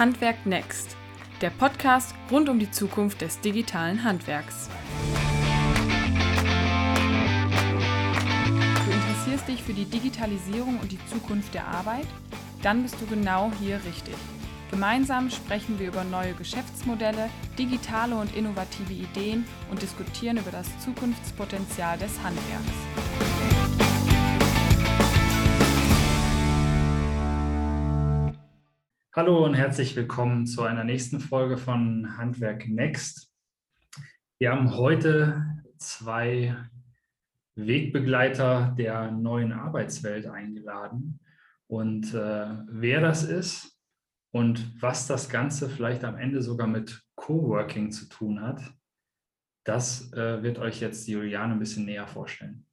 Handwerk Next, der Podcast rund um die Zukunft des digitalen Handwerks. Du interessierst dich für die Digitalisierung und die Zukunft der Arbeit? Dann bist du genau hier richtig. Gemeinsam sprechen wir über neue Geschäftsmodelle, digitale und innovative Ideen und diskutieren über das Zukunftspotenzial des Handwerks. Hallo und herzlich willkommen zu einer nächsten Folge von Handwerk Next. Wir haben heute zwei Wegbegleiter der neuen Arbeitswelt eingeladen. Und wer das ist und was das Ganze vielleicht am Ende sogar mit Coworking zu tun hat, das wird euch jetzt Juliane ein bisschen näher vorstellen.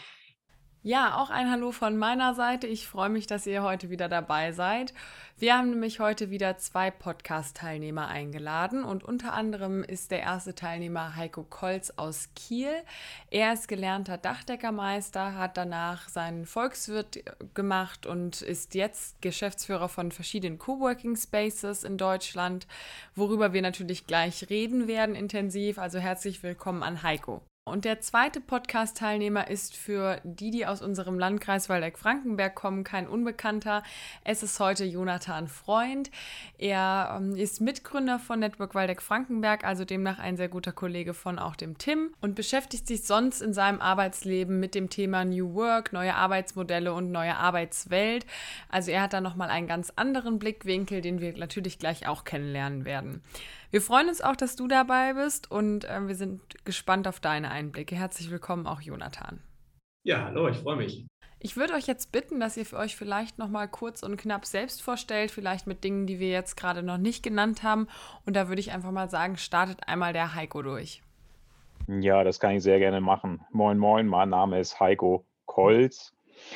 Ja, auch ein Hallo von meiner Seite. Ich freue mich, dass ihr heute wieder dabei seid. Wir haben nämlich heute wieder zwei Podcast-Teilnehmer eingeladen und unter anderem ist der erste Teilnehmer Heiko Kolz aus Kiel. Er ist gelernter Dachdeckermeister, hat danach seinen Volkswirt gemacht und ist jetzt Geschäftsführer von verschiedenen Coworking Spaces in Deutschland, worüber wir natürlich gleich reden werden intensiv. Also herzlich willkommen an Heiko. Und der zweite Podcast-Teilnehmer ist für die aus unserem Landkreis Waldeck-Frankenberg kommen, kein Unbekannter. Es ist heute Jonathan Freund. Er ist Mitgründer von Network Waldeck-Frankenberg, also demnach ein sehr guter Kollege von auch dem Tim und beschäftigt sich sonst in seinem Arbeitsleben mit dem Thema New Work, neue Arbeitsmodelle und neue Arbeitswelt. Also er hat da nochmal einen ganz anderen Blickwinkel, den wir natürlich gleich auch kennenlernen werden. Wir freuen uns auch, dass du dabei bist und wir sind gespannt auf deine Einblicke. Herzlich willkommen auch Jonathan. Ja, hallo, ich freue mich. Ich würde euch jetzt bitten, dass ihr für euch vielleicht noch mal kurz und knapp selbst vorstellt, vielleicht mit Dingen, die wir jetzt gerade noch nicht genannt haben. Und da würde ich einfach mal sagen, startet einmal der Heiko durch. Ja, das kann ich sehr gerne machen. Moin, moin, mein Name ist Heiko Kolz.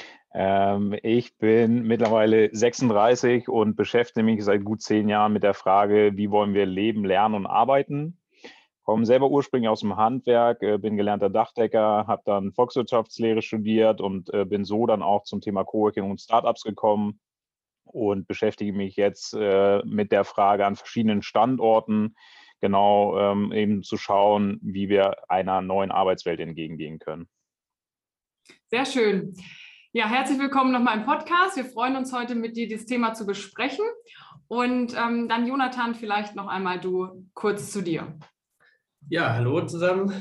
Ich bin mittlerweile 36 und beschäftige mich seit gut 10 Jahren mit der Frage, wie wollen wir leben, lernen und arbeiten. Komme selber ursprünglich aus dem Handwerk, bin gelernter Dachdecker, habe dann Volkswirtschaftslehre studiert und bin so dann auch zum Thema Coworking und Startups gekommen und beschäftige mich jetzt mit der Frage an verschiedenen Standorten, genau eben zu schauen, wie wir einer neuen Arbeitswelt entgegengehen können. Sehr schön. Ja, herzlich willkommen nochmal im Podcast. Wir freuen uns heute mit dir das Thema zu besprechen. Und dann Jonathan, vielleicht noch einmal du kurz zu dir. Ja, hallo zusammen.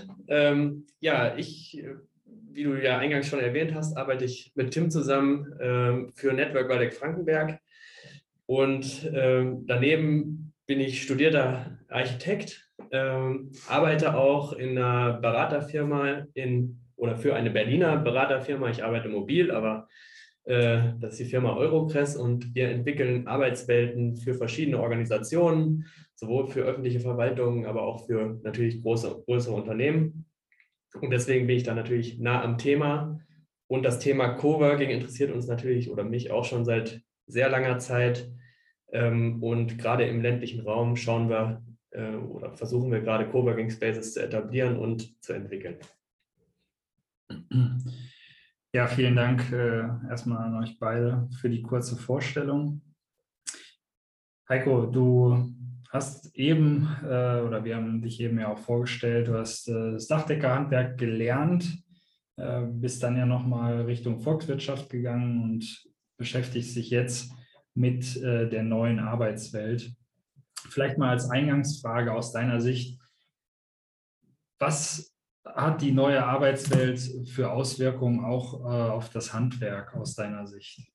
Wie du ja eingangs schon erwähnt hast, arbeite ich mit Tim zusammen für Network Waldeck-Frankenberg. Und daneben bin ich studierter Architekt, arbeite auch in einer Beraterfirma für eine Berliner Beraterfirma. Ich arbeite mobil, aber das ist die Firma Eurocress und wir entwickeln Arbeitswelten für verschiedene Organisationen, sowohl für öffentliche Verwaltungen, aber auch für natürlich größere Unternehmen. Und deswegen bin ich da natürlich nah am Thema. Und das Thema Coworking interessiert uns natürlich oder mich auch schon seit sehr langer Zeit. Und gerade im ländlichen Raum schauen wir oder versuchen wir gerade Coworking Spaces zu etablieren und zu entwickeln. Ja, vielen Dank erstmal an euch beide für die kurze Vorstellung. Heiko, du hast eben, oder wir haben dich eben ja auch vorgestellt, du hast das Dachdeckerhandwerk gelernt, bist dann ja nochmal Richtung Volkswirtschaft gegangen und beschäftigst dich jetzt mit der neuen Arbeitswelt. Vielleicht mal als Eingangsfrage aus deiner Sicht, was hat die neue Arbeitswelt für Auswirkungen auch auf das Handwerk aus deiner Sicht?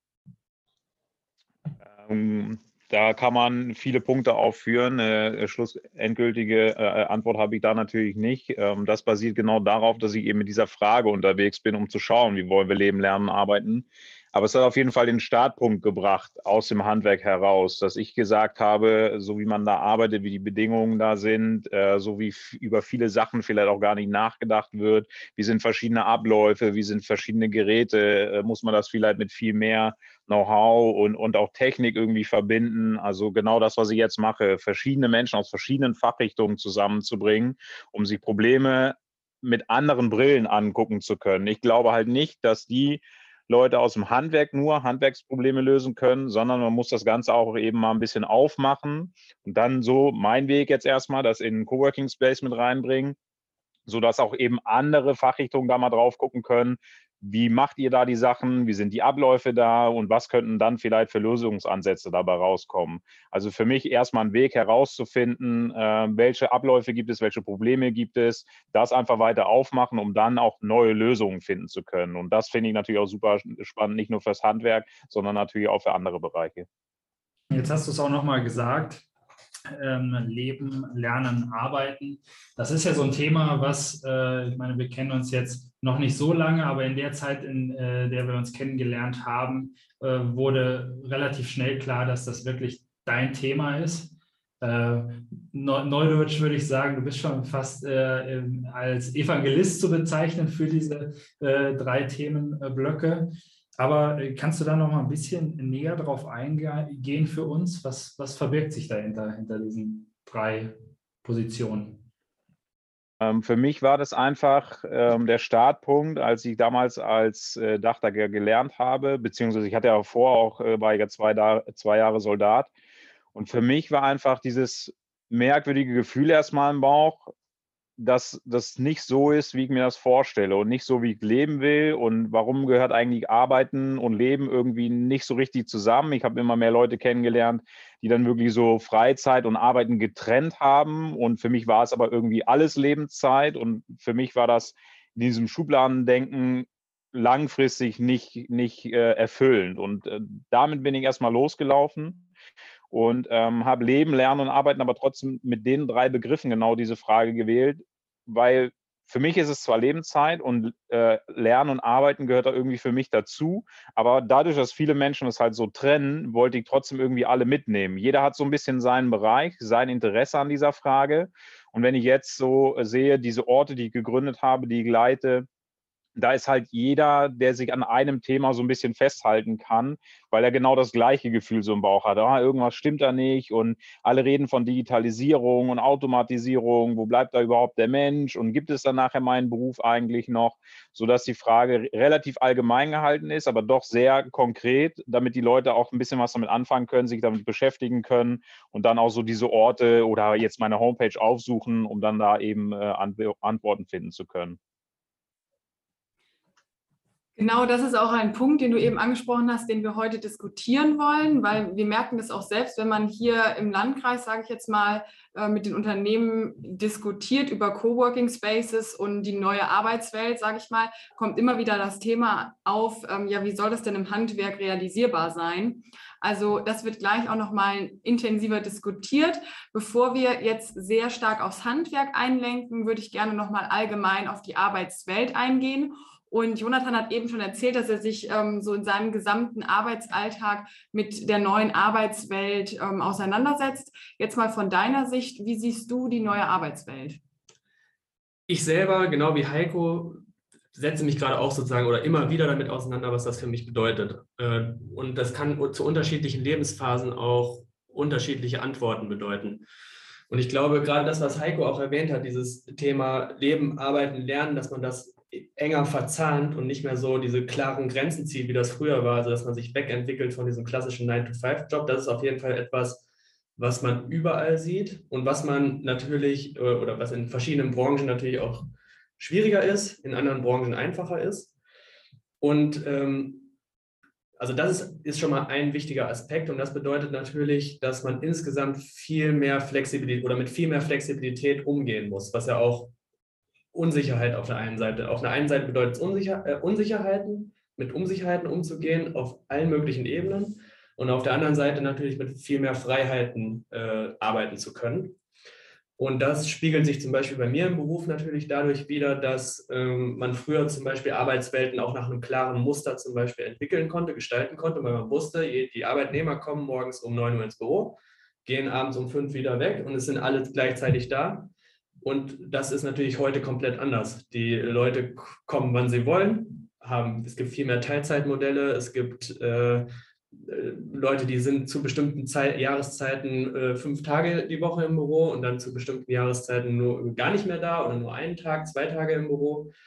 Da kann man viele Punkte aufführen. Schlussendgültige Antwort habe ich da natürlich nicht. Das basiert genau darauf, dass ich eben mit dieser Frage unterwegs bin, um zu schauen, wie wollen wir leben, lernen, arbeiten. Aber es hat auf jeden Fall den Startpunkt gebracht aus dem Handwerk heraus, dass ich gesagt habe, so wie man da arbeitet, wie die Bedingungen da sind, so wie über viele Sachen vielleicht auch gar nicht nachgedacht wird, wie sind verschiedene Abläufe, wie sind verschiedene Geräte, muss man das vielleicht mit viel mehr Know-how und auch Technik irgendwie verbinden. Also genau das, was ich jetzt mache, verschiedene Menschen aus verschiedenen Fachrichtungen zusammenzubringen, um sich Probleme mit anderen Brillen angucken zu können. Ich glaube halt nicht, dass die Leute aus dem Handwerk nur Handwerksprobleme lösen können, sondern man muss das Ganze auch eben mal ein bisschen aufmachen und dann so mein Weg jetzt erstmal, das in den Coworking Space mit reinbringen, sodass auch eben andere Fachrichtungen da mal drauf gucken können. Wie macht ihr da die Sachen? Wie sind die Abläufe da? Und was könnten dann vielleicht für Lösungsansätze dabei rauskommen? Also für mich erstmal einen Weg herauszufinden, welche Abläufe gibt es, welche Probleme gibt es, das einfach weiter aufmachen, um dann auch neue Lösungen finden zu können. Und das finde ich natürlich auch super spannend, nicht nur fürs Handwerk, sondern natürlich auch für andere Bereiche. Jetzt hast du es auch nochmal gesagt, Leben, Lernen, Arbeiten. Das ist ja so ein Thema, was, ich meine, wir kennen uns jetzt noch nicht so lange, aber in der Zeit, in der wir uns kennengelernt haben, wurde relativ schnell klar, dass das wirklich dein Thema ist. Neudeutsch würde ich sagen, du bist schon fast als Evangelist zu bezeichnen für diese 3 Themenblöcke. Aber kannst du da noch mal ein bisschen näher drauf eingehen für uns? Was verbirgt sich dahinter, hinter diesen 3 Positionen? Für mich war das einfach der Startpunkt, als ich damals als Dachdecker gelernt habe, beziehungsweise ich hatte ja vorher auch, war ja 2 Jahre Soldat. Und für mich war einfach dieses merkwürdige Gefühl erstmal im Bauch, dass das nicht so ist, wie ich mir das vorstelle und nicht so, wie ich leben will. Und warum gehört eigentlich Arbeiten und Leben irgendwie nicht so richtig zusammen? Ich habe immer mehr Leute kennengelernt, die dann wirklich so Freizeit und Arbeiten getrennt haben. Und für mich war es aber irgendwie alles Lebenszeit. Und für mich war das in diesem Schubladendenken langfristig nicht erfüllend. Und damit bin ich erstmal losgelaufen. Und habe Leben, Lernen und Arbeiten aber trotzdem mit den 3 Begriffen genau diese Frage gewählt, weil für mich ist es zwar Lebenszeit und Lernen und Arbeiten gehört da irgendwie für mich dazu, aber dadurch, dass viele Menschen das halt so trennen, wollte ich trotzdem irgendwie alle mitnehmen. Jeder hat so ein bisschen seinen Bereich, sein Interesse an dieser Frage. Und wenn ich jetzt so sehe, diese Orte, die ich gegründet habe, die ich leite, da ist halt jeder, der sich an einem Thema so ein bisschen festhalten kann, weil er genau das gleiche Gefühl so im Bauch hat. Irgendwas stimmt da nicht und alle reden von Digitalisierung und Automatisierung. Wo bleibt da überhaupt der Mensch? Und gibt es dann nachher meinen Beruf eigentlich noch? Sodass die Frage relativ allgemein gehalten ist, aber doch sehr konkret, damit die Leute auch ein bisschen was damit anfangen können, sich damit beschäftigen können und dann auch so diese Orte oder jetzt meine Homepage aufsuchen, um dann da eben Antworten finden zu können. Genau, das ist auch ein Punkt, den du eben angesprochen hast, den wir heute diskutieren wollen, weil wir merken das auch selbst, wenn man hier im Landkreis, sage ich jetzt mal, mit den Unternehmen diskutiert über Coworking Spaces und die neue Arbeitswelt, sage ich mal, kommt immer wieder das Thema auf, ja, wie soll das denn im Handwerk realisierbar sein? Also das wird gleich auch nochmal intensiver diskutiert. Bevor wir jetzt sehr stark aufs Handwerk einlenken, würde ich gerne nochmal allgemein auf die Arbeitswelt eingehen. Und Jonathan hat eben schon erzählt, dass er sich so in seinem gesamten Arbeitsalltag mit der neuen Arbeitswelt auseinandersetzt. Jetzt mal von deiner Sicht, wie siehst du die neue Arbeitswelt? Ich selber, genau wie Heiko, setze mich gerade auch sozusagen oder immer wieder damit auseinander, was das für mich bedeutet. Und das kann zu unterschiedlichen Lebensphasen auch unterschiedliche Antworten bedeuten. Und ich glaube, gerade das, was Heiko auch erwähnt hat, dieses Thema Leben, Arbeiten, Lernen, dass man das enger verzahnt und nicht mehr so diese klaren Grenzen zieht, wie das früher war, also dass man sich wegentwickelt von diesem klassischen 9-to-5-Job. Das ist auf jeden Fall etwas, was man überall sieht und was man natürlich oder was in verschiedenen Branchen natürlich auch schwieriger ist, in anderen Branchen einfacher ist. Und also das ist schon mal ein wichtiger Aspekt und das bedeutet natürlich, dass man insgesamt viel mehr Flexibilität oder mit viel mehr Flexibilität umgehen muss, was ja auch Unsicherheit auf der einen Seite. Auf der einen Seite bedeutet es Unsicherheiten, mit Unsicherheiten umzugehen auf allen möglichen Ebenen und auf der anderen Seite natürlich mit viel mehr Freiheiten arbeiten zu können. Und das spiegelt sich zum Beispiel bei mir im Beruf natürlich dadurch wider, dass man früher zum Beispiel Arbeitswelten auch nach einem klaren Muster zum Beispiel entwickeln konnte, gestalten konnte, weil man wusste, die Arbeitnehmer kommen morgens um 9 Uhr ins Büro, gehen abends um 5 wieder weg und es sind alle gleichzeitig da. Und das ist natürlich heute komplett anders. Die Leute kommen, wann sie wollen. Es gibt viel mehr Teilzeitmodelle. Es gibt Leute, die sind zu bestimmten Jahreszeiten 5 Tage die Woche im Büro und dann zu bestimmten Jahreszeiten nur gar nicht mehr da oder nur einen Tag, 2 Tage im Büro.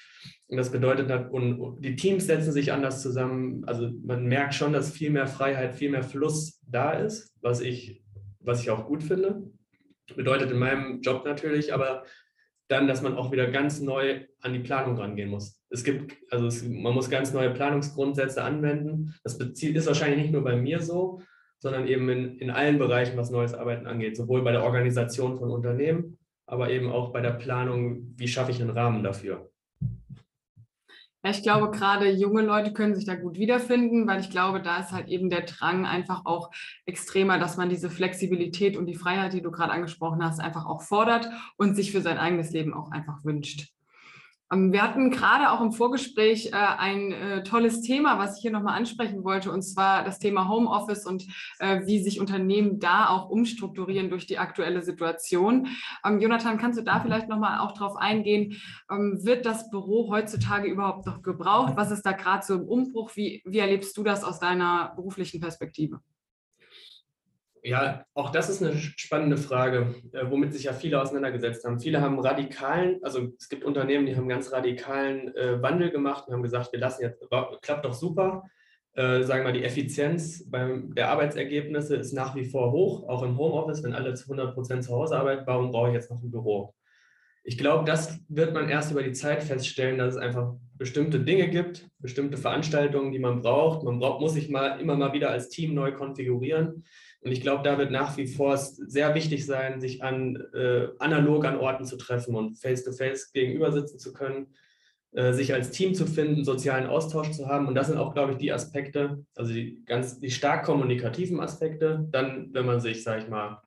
Und das bedeutet, und die Teams setzen sich anders zusammen. Also man merkt schon, dass viel mehr Freiheit, viel mehr Fluss da ist, was ich auch gut finde. Bedeutet in meinem Job natürlich, aber dann, dass man auch wieder ganz neu an die Planung rangehen muss. Man muss ganz neue Planungsgrundsätze anwenden. Das ist wahrscheinlich nicht nur bei mir so, sondern eben in allen Bereichen, was neues Arbeiten angeht, sowohl bei der Organisation von Unternehmen, aber eben auch bei der Planung, wie schaffe ich einen Rahmen dafür. Ja, ich glaube, gerade junge Leute können sich da gut wiederfinden, weil ich glaube, da ist halt eben der Drang einfach auch extremer, dass man diese Flexibilität und die Freiheit, die du gerade angesprochen hast, einfach auch fordert und sich für sein eigenes Leben auch einfach wünscht. Wir hatten gerade auch im Vorgespräch ein tolles Thema, was ich hier nochmal ansprechen wollte, und zwar das Thema Homeoffice und wie sich Unternehmen da auch umstrukturieren durch die aktuelle Situation. Jonathan, kannst du da vielleicht nochmal auch drauf eingehen? Wird das Büro heutzutage überhaupt noch gebraucht? Was ist da gerade so im Umbruch? Wie erlebst du das aus deiner beruflichen Perspektive? Ja, auch das ist eine spannende Frage, womit sich ja viele auseinandergesetzt haben. Viele haben also es gibt Unternehmen, die haben ganz radikalen Wandel gemacht und haben gesagt, klappt doch super. Sagen wir mal, die Effizienz der Arbeitsergebnisse ist nach wie vor hoch, auch im Homeoffice, wenn alle zu 100% zu Hause arbeiten, warum brauche ich jetzt noch ein Büro? Ich glaube, das wird man erst über die Zeit feststellen, dass es einfach bestimmte Dinge gibt, bestimmte Veranstaltungen, die man braucht. Muss sich immer mal wieder als Team neu konfigurieren. Und ich glaube, da wird nach wie vor sehr wichtig sein, sich analog an Orten zu treffen und face-to-face gegenüber sitzen zu können, sich als Team zu finden, sozialen Austausch zu haben. Und das sind auch, glaube ich, die Aspekte, also die stark kommunikativen Aspekte. Dann, wenn man sich, sage ich mal,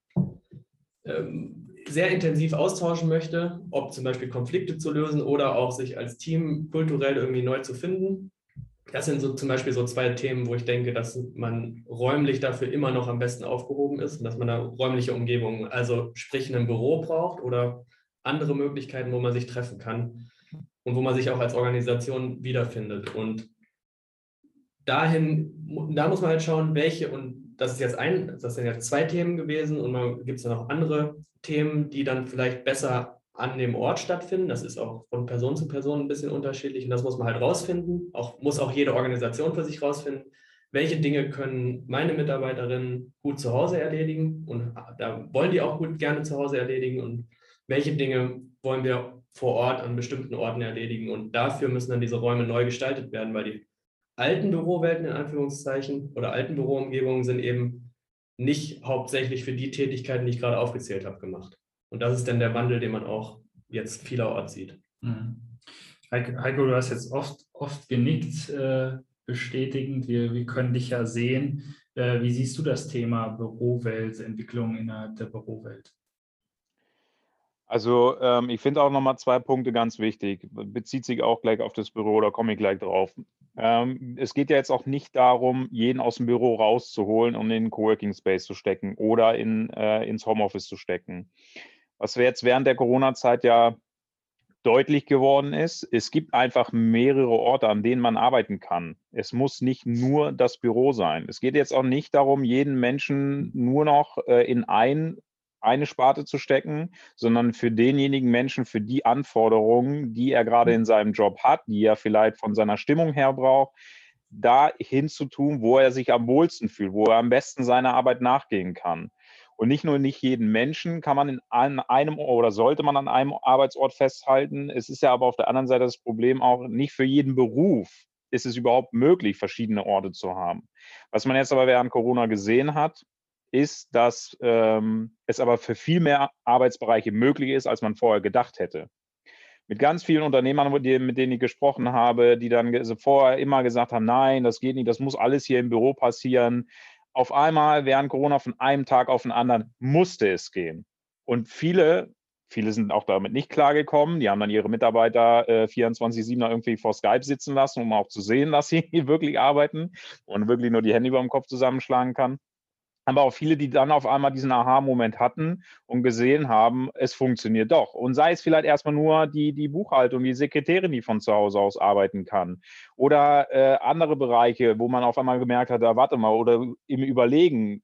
sehr intensiv austauschen möchte, ob zum Beispiel Konflikte zu lösen oder auch sich als Team kulturell irgendwie neu zu finden. Das sind so zum Beispiel so zwei Themen, wo ich denke, dass man räumlich dafür immer noch am besten aufgehoben ist und dass man da räumliche Umgebungen, also sprich ein Büro braucht oder andere Möglichkeiten, wo man sich treffen kann und wo man sich auch als Organisation wiederfindet. Und da muss man halt schauen, welche, und das sind jetzt zwei Themen gewesen und dann gibt es ja noch andere Themen, die dann vielleicht besser an dem Ort stattfinden. Das ist auch von Person zu Person ein bisschen unterschiedlich und das muss man halt rausfinden. Muss auch jede Organisation für sich rausfinden, welche Dinge können meine Mitarbeiterinnen gut zu Hause erledigen und da wollen die auch gut gerne zu Hause erledigen und welche Dinge wollen wir vor Ort an bestimmten Orten erledigen und dafür müssen dann diese Räume neu gestaltet werden, weil die alten Bürowelten in Anführungszeichen oder alten Büroumgebungen sind eben nicht hauptsächlich für die Tätigkeiten, die ich gerade aufgezählt habe, gemacht. Und das ist dann der Wandel, den man auch jetzt vielerorts sieht. Heiko, du hast jetzt oft genickt, bestätigend. Wir können dich ja sehen. Wie siehst du das Thema Bürowelt, Entwicklung innerhalb der Bürowelt? Also ich finde auch nochmal 2 Punkte ganz wichtig. Bezieht sich auch gleich auf das Büro, da komme ich gleich drauf. Es geht ja jetzt auch nicht darum, jeden aus dem Büro rauszuholen und in den Coworking Space zu stecken oder ins Homeoffice zu stecken. Was wir jetzt während der Corona-Zeit ja deutlich geworden ist, es gibt einfach mehrere Orte, an denen man arbeiten kann. Es muss nicht nur das Büro sein. Es geht jetzt auch nicht darum, jeden Menschen nur noch in eine Sparte zu stecken, sondern für denjenigen Menschen, für die Anforderungen, die er gerade in seinem Job hat, die er vielleicht von seiner Stimmung her braucht, da hinzutun, wo er sich am wohlsten fühlt, wo er am besten seiner Arbeit nachgehen kann. Und nicht jeden Menschen kann man an einem oder sollte man an einem Arbeitsort festhalten. Es ist ja aber auf der anderen Seite das Problem auch, nicht für jeden Beruf ist es überhaupt möglich, verschiedene Orte zu haben. Was man jetzt aber während Corona gesehen hat, ist, dass es aber für viel mehr Arbeitsbereiche möglich ist, als man vorher gedacht hätte. Mit ganz vielen Unternehmern, mit denen ich gesprochen habe, die dann vorher immer gesagt haben, nein, das geht nicht, das muss alles hier im Büro passieren. Auf einmal während Corona von einem Tag auf den anderen musste es gehen. Und viele sind auch damit nicht klargekommen. Die haben dann ihre Mitarbeiter 24/7 irgendwie vor Skype sitzen lassen, um auch zu sehen, dass sie wirklich arbeiten und wirklich nur die Hände über dem Kopf zusammenschlagen kann. Aber auch viele, die dann auf einmal diesen Aha-Moment hatten und gesehen haben, es funktioniert doch. Und sei es vielleicht erstmal nur die Buchhaltung, die Sekretärin, die von zu Hause aus arbeiten kann. Oder andere Bereiche, wo man auf einmal gemerkt hat, warte mal, oder im Überlegen,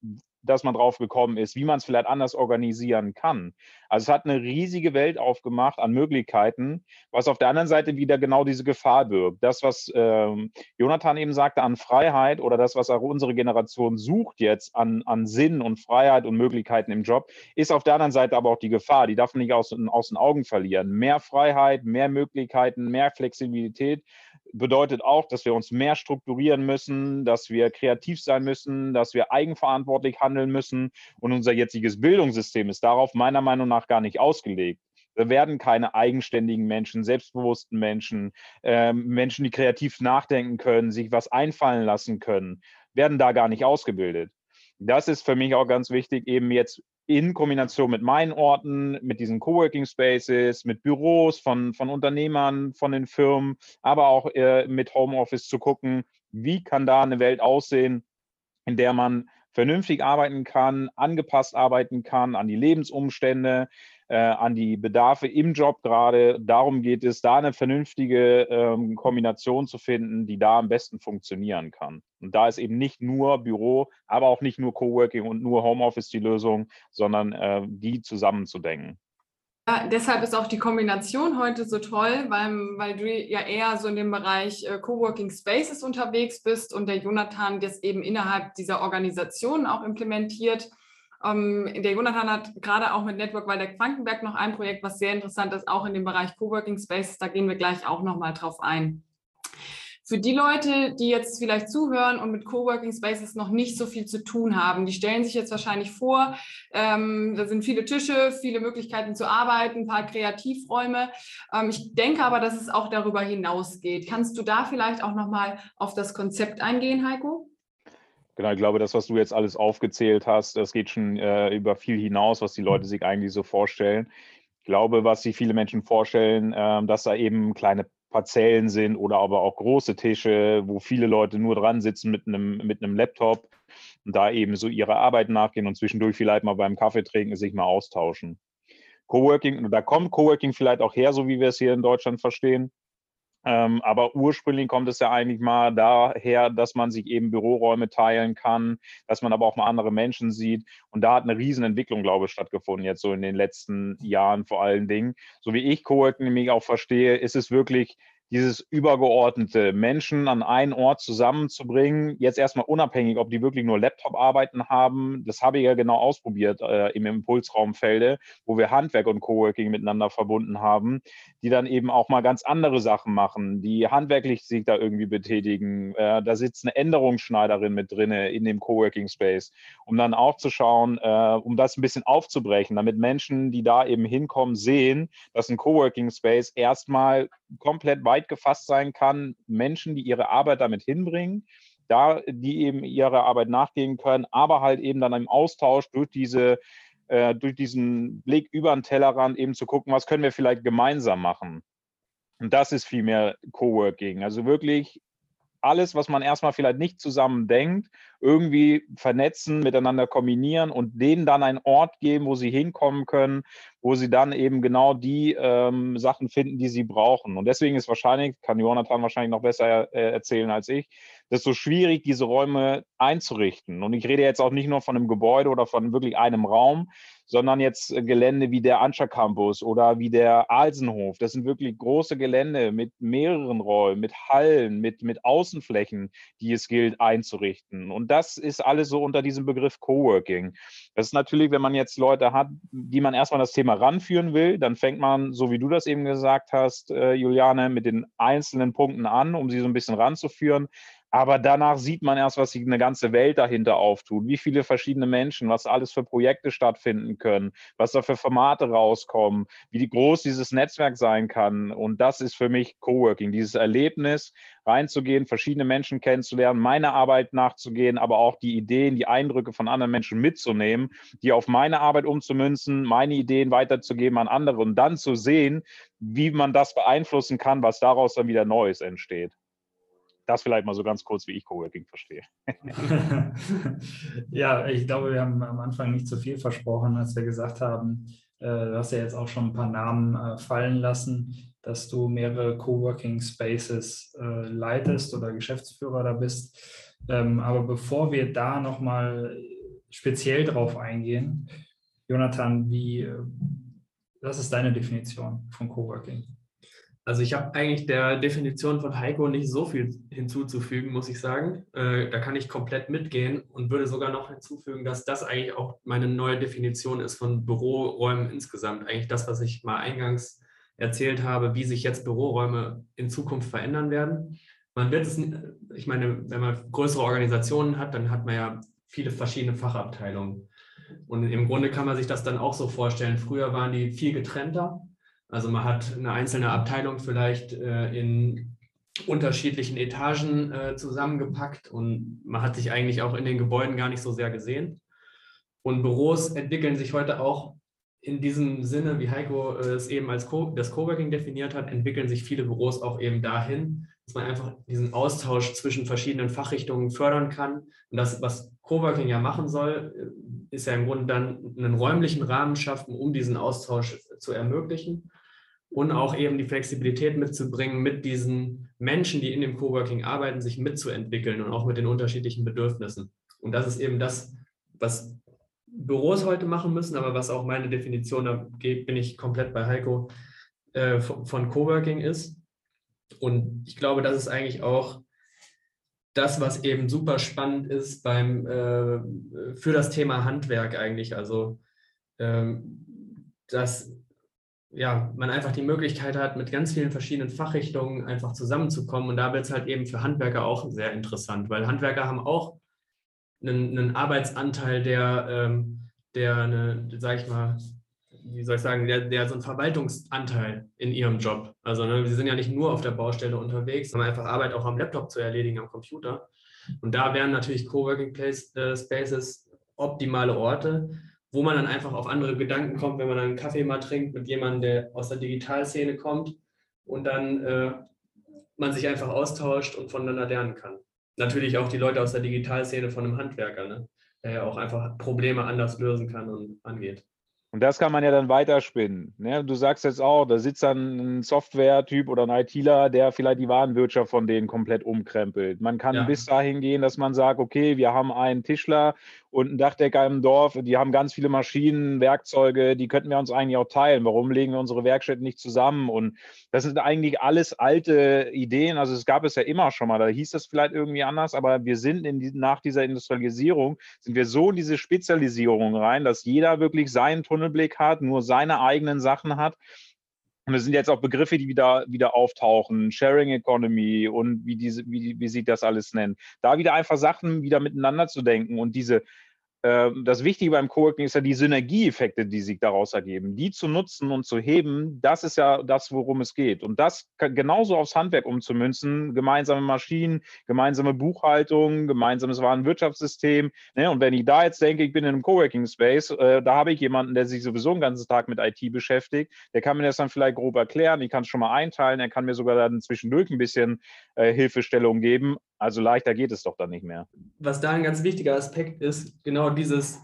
dass man drauf gekommen ist, wie man es vielleicht anders organisieren kann. Also es hat eine riesige Welt aufgemacht an Möglichkeiten, was auf der anderen Seite wieder genau diese Gefahr birgt. Das, was Jonathan eben sagte an Freiheit oder das, was auch unsere Generation sucht jetzt an Sinn und Freiheit und Möglichkeiten im Job, ist auf der anderen Seite aber auch die Gefahr. Die darf man nicht aus den Augen verlieren. Mehr Freiheit, mehr Möglichkeiten, mehr Flexibilität bedeutet auch, dass wir uns mehr strukturieren müssen, dass wir kreativ sein müssen, dass wir eigenverantwortlich handeln müssen. Und unser jetziges Bildungssystem ist darauf meiner Meinung nach gar nicht ausgelegt. Da werden keine eigenständigen Menschen, selbstbewussten Menschen, Menschen, die kreativ nachdenken können, sich was einfallen lassen können, werden da gar nicht ausgebildet. Das ist für mich auch ganz wichtig, eben jetzt in Kombination mit meinen Orten, mit diesen Coworking Spaces, mit Büros von Unternehmern, von den Firmen, aber auch mit Homeoffice zu gucken, wie kann da eine Welt aussehen, in der man vernünftig arbeiten kann, angepasst arbeiten kann an die Lebensumstände, an die Bedarfe im Job gerade. Darum geht es, da eine vernünftige Kombination zu finden, die da am besten funktionieren kann. Und da ist eben nicht nur Büro, aber auch nicht nur Coworking und nur Homeoffice die Lösung, sondern die zusammenzudenken. Ja, deshalb ist auch die Kombination heute so toll, weil du ja eher so in dem Bereich Coworking Spaces unterwegs bist und der Jonathan das eben innerhalb dieser Organisation auch implementiert. Der Jonathan hat gerade auch mit Network Waldeck Frankenberg noch ein Projekt, was sehr interessant ist, auch in dem Bereich Coworking Spaces. Da gehen wir gleich auch nochmal drauf ein. Für die Leute, die jetzt vielleicht zuhören und mit Coworking Spaces noch nicht so viel zu tun haben, die stellen sich jetzt wahrscheinlich vor, da sind viele Tische, viele Möglichkeiten zu arbeiten, ein paar Kreativräume. Ich denke aber, dass es auch darüber hinausgeht. Kannst du da vielleicht auch nochmal auf das Konzept eingehen, Heiko? Genau, ich glaube, das, was du jetzt alles aufgezählt hast, das geht schon über viel hinaus, was die Leute sich eigentlich so vorstellen. Ich glaube, was sich viele Menschen vorstellen, dass da eben kleine Parzellen sind oder aber auch große Tische, wo viele Leute nur dran sitzen mit einem Laptop und da eben so ihrer Arbeit nachgehen und zwischendurch vielleicht mal beim Kaffee trinken, sich mal austauschen. Coworking, da kommt Coworking vielleicht auch her, so wie wir es hier in Deutschland verstehen. Aber ursprünglich kommt es ja eigentlich mal daher, dass man sich eben Büroräume teilen kann, dass man aber auch mal andere Menschen sieht. Und da hat eine Riesenentwicklung, glaube ich, stattgefunden, jetzt so in den letzten Jahren vor allen Dingen. So wie ich Coworking nämlich auch verstehe, ist es wirklich dieses übergeordnete, Menschen an einen Ort zusammenzubringen, jetzt erstmal unabhängig, ob die wirklich nur Laptop-Arbeiten haben. Das habe ich ja genau ausprobiert im Impulsraumfelde, wo wir Handwerk und Coworking miteinander verbunden haben, die dann eben auch mal ganz andere Sachen machen, die handwerklich sich da irgendwie betätigen. Da sitzt eine Änderungsschneiderin mit drin in dem Coworking Space, um dann auch zu schauen, um das ein bisschen aufzubrechen, damit Menschen, die da eben hinkommen, sehen, dass ein Coworking Space erstmal komplett weit gefasst sein kann. Menschen, die ihre Arbeit damit hinbringen, die eben ihrer Arbeit nachgehen können, aber halt eben dann im Austausch durch diesen Blick über den Tellerrand eben zu gucken, was können wir vielleicht gemeinsam machen. Und das ist vielmehr Coworking. Also wirklich alles, was man erstmal vielleicht nicht zusammen denkt, irgendwie vernetzen, miteinander kombinieren und denen dann einen Ort geben, wo sie hinkommen können, wo sie dann eben genau die Sachen finden, die sie brauchen. Und deswegen ist wahrscheinlich, kann Jonathan wahrscheinlich noch besser erzählen als ich, das ist so schwierig, diese Räume einzurichten. Und ich rede jetzt auch nicht nur von einem Gebäude oder von wirklich einem Raum, sondern jetzt Gelände wie der Anscher Campus oder wie der Alsenhof. Das sind wirklich große Gelände mit mehreren Räumen, mit Hallen, mit Außenflächen, die es gilt einzurichten. Und das ist alles so unter diesem Begriff Coworking. Das ist natürlich, wenn man jetzt Leute hat, die man erstmal das Thema ranführen will, dann fängt man, so wie du das eben gesagt hast, Juliane, mit den einzelnen Punkten an, um sie so ein bisschen ranzuführen. Aber danach sieht man erst, was sich eine ganze Welt dahinter auftut, wie viele verschiedene Menschen, was alles für Projekte stattfinden können, was da für Formate rauskommen, wie groß dieses Netzwerk sein kann. Und das ist für mich Coworking, dieses Erlebnis, reinzugehen, verschiedene Menschen kennenzulernen, meine Arbeit nachzugehen, aber auch die Ideen, die Eindrücke von anderen Menschen mitzunehmen, die auf meine Arbeit umzumünzen, meine Ideen weiterzugeben an andere und dann zu sehen, wie man das beeinflussen kann, was daraus dann wieder Neues entsteht. Das vielleicht mal so ganz kurz, wie ich Coworking verstehe. Ja, ich glaube, wir haben am Anfang nicht zu viel versprochen, als wir gesagt haben, du hast ja jetzt auch schon ein paar Namen fallen lassen, dass du mehrere Coworking Spaces leitest oder Geschäftsführer da bist. Aber bevor wir da nochmal speziell drauf eingehen. Jonathan, was ist deine Definition von Coworking? Also ich habe eigentlich der Definition von Heiko nicht so viel hinzuzufügen, muss ich sagen. Da kann ich komplett mitgehen und würde sogar noch hinzufügen, dass das eigentlich auch meine neue Definition ist von Büroräumen insgesamt. Eigentlich das, was ich mal eingangs erzählt habe, wie sich jetzt Büroräume in Zukunft verändern werden. Ich meine, wenn man größere Organisationen hat, dann hat man ja viele verschiedene Fachabteilungen. Und im Grunde kann man sich das dann auch so vorstellen. Früher waren die viel getrennter. Also man hat eine einzelne Abteilung vielleicht in unterschiedlichen Etagen zusammengepackt und man hat sich eigentlich auch in den Gebäuden gar nicht so sehr gesehen. Und Büros entwickeln sich heute auch in diesem Sinne, wie Heiko es eben als das Coworking definiert hat, entwickeln sich viele Büros auch eben dahin, dass man einfach diesen Austausch zwischen verschiedenen Fachrichtungen fördern kann. Und das, was Coworking ja machen soll, ist ja im Grunde dann einen räumlichen Rahmen schaffen, um diesen Austausch zu ermöglichen und auch eben die Flexibilität mitzubringen, mit diesen Menschen, die in dem Coworking arbeiten, sich mitzuentwickeln und auch mit den unterschiedlichen Bedürfnissen. Und das ist eben das, was Büros heute machen müssen, aber was auch meine Definition, da bin ich komplett bei Heiko, von Coworking ist. Und ich glaube, das ist eigentlich auch das, was eben super spannend ist für das Thema Handwerk eigentlich. Also, dass man einfach die Möglichkeit hat, mit ganz vielen verschiedenen Fachrichtungen einfach zusammenzukommen. Und da wird es halt eben für Handwerker auch sehr interessant, weil Handwerker haben auch einen Arbeitsanteil, sag ich mal, wie soll ich sagen, der so einen Verwaltungsanteil in ihrem Job. Also sie sind ja nicht nur auf der Baustelle unterwegs, sondern einfach Arbeit auch am Laptop zu erledigen, am Computer. Und da wären natürlich Coworking Spaces optimale Orte, wo man dann einfach auf andere Gedanken kommt, wenn man dann einen Kaffee mal trinkt mit jemandem, der aus der Digitalszene kommt und dann man sich einfach austauscht und voneinander lernen kann. Natürlich auch die Leute aus der Digitalszene von einem Handwerker, ne? Der ja auch einfach Probleme anders lösen kann und angeht. Und das kann man ja dann weiterspinnen. Ne? Du sagst jetzt auch, da sitzt dann ein Software-Typ oder ein ITler, der vielleicht die Warenwirtschaft von denen komplett umkrempelt. Man kann bis dahin gehen, dass man sagt, okay, wir haben einen Tischler und einen Dachdecker im Dorf, die haben ganz viele Maschinen, Werkzeuge, die könnten wir uns eigentlich auch teilen. Warum legen wir unsere Werkstätten nicht zusammen? Und das sind eigentlich alles alte Ideen. Also es gab es ja immer schon mal, da hieß das vielleicht irgendwie anders, aber wir sind nach dieser Industrialisierung, sind wir so in diese Spezialisierung rein, dass jeder wirklich seinen Tunnelblick hat, nur seine eigenen Sachen hat. Und es sind jetzt auch Begriffe, die wieder auftauchen, Sharing Economy und wie sie das alles nennen. Da wieder einfach Sachen wieder miteinander zu denken und das Wichtige beim Coworking ist ja die Synergieeffekte, die sich daraus ergeben. Die zu nutzen und zu heben, das ist ja das, worum es geht. Und das genauso aufs Handwerk umzumünzen, gemeinsame Maschinen, gemeinsame Buchhaltung, gemeinsames Warenwirtschaftssystem. Ne? Und wenn ich da jetzt denke, ich bin in einem Coworking-Space, da habe ich jemanden, der sich sowieso den ganzen Tag mit IT beschäftigt, der kann mir das dann vielleicht grob erklären, ich kann es schon mal einteilen, er kann mir sogar dann zwischendurch ein bisschen Hilfestellung geben. Also leichter geht es doch dann nicht mehr. Was da ein ganz wichtiger Aspekt ist, genau dieses,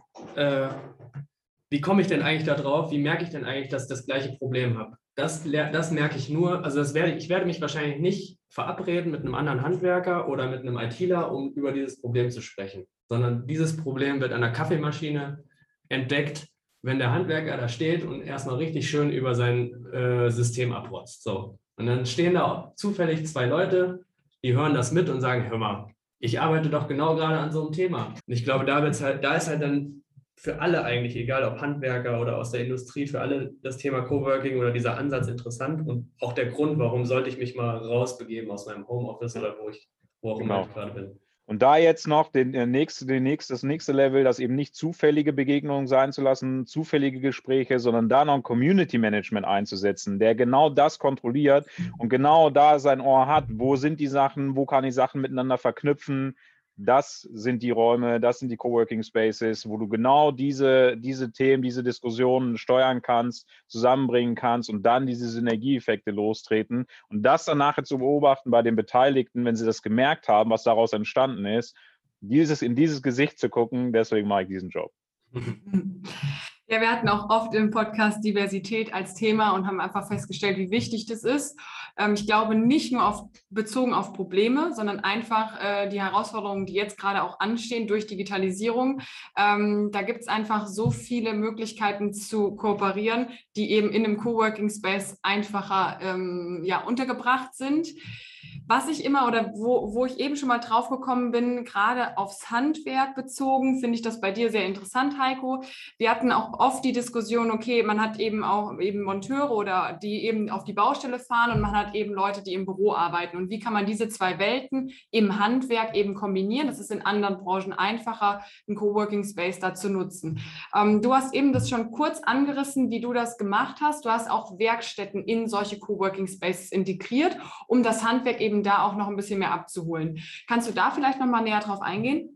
wie komme ich denn eigentlich da drauf, wie merke ich denn eigentlich, dass ich das gleiche Problem habe? Das merke ich nur, also ich werde mich wahrscheinlich nicht verabreden mit einem anderen Handwerker oder mit einem ITler, um über dieses Problem zu sprechen, sondern dieses Problem wird an der Kaffeemaschine entdeckt, wenn der Handwerker da steht und erstmal richtig schön über sein System abrotzt. So. Und dann stehen da zufällig zwei Leute, die hören das mit und sagen, hör mal, ich arbeite doch genau gerade an so einem Thema. Und ich glaube, da ist halt dann für alle eigentlich, egal ob Handwerker oder aus der Industrie, für alle das Thema Coworking oder dieser Ansatz interessant und auch der Grund, warum sollte ich mich mal rausbegeben aus meinem Homeoffice oder wo auch immer ich gerade bin. Und da jetzt noch das nächste Level, das eben nicht zufällige Begegnungen sein zu lassen, zufällige Gespräche, sondern da noch ein Community Management einzusetzen, der genau das kontrolliert und genau da sein Ohr hat. Wo sind die Sachen? Wo kann ich Sachen miteinander verknüpfen? Das sind die Räume, das sind die Coworking Spaces, wo du genau diese Themen, diese Diskussionen steuern kannst, zusammenbringen kannst und dann diese Synergieeffekte lostreten. Und das dann nachher zu beobachten bei den Beteiligten, wenn sie das gemerkt haben, was daraus entstanden ist, in dieses Gesicht zu gucken, deswegen mache ich diesen Job. Ja, wir hatten auch oft im Podcast Diversität als Thema und haben einfach festgestellt, wie wichtig das ist. Ich glaube, nicht nur bezogen auf Probleme, sondern einfach die Herausforderungen, die jetzt gerade auch anstehen durch Digitalisierung. Da gibt es einfach so viele Möglichkeiten zu kooperieren, die eben in einem Coworking Space einfacher untergebracht sind. Was ich immer oder wo ich eben schon mal drauf gekommen bin, gerade aufs Handwerk bezogen, finde ich das bei dir sehr interessant, Heiko. Wir hatten auch oft die Diskussion, okay, man hat eben auch eben Monteure oder die eben auf die Baustelle fahren und man hat eben Leute, die im Büro arbeiten. Und wie kann man diese zwei Welten im Handwerk eben kombinieren? Das ist in anderen Branchen einfacher, einen Coworking Space da zu nutzen. Du hast eben das schon kurz angerissen, wie du das gemacht hast. Du hast auch Werkstätten in solche Coworking Spaces integriert, um das Handwerk eben da auch noch ein bisschen mehr abzuholen. Kannst du da vielleicht noch mal näher drauf eingehen?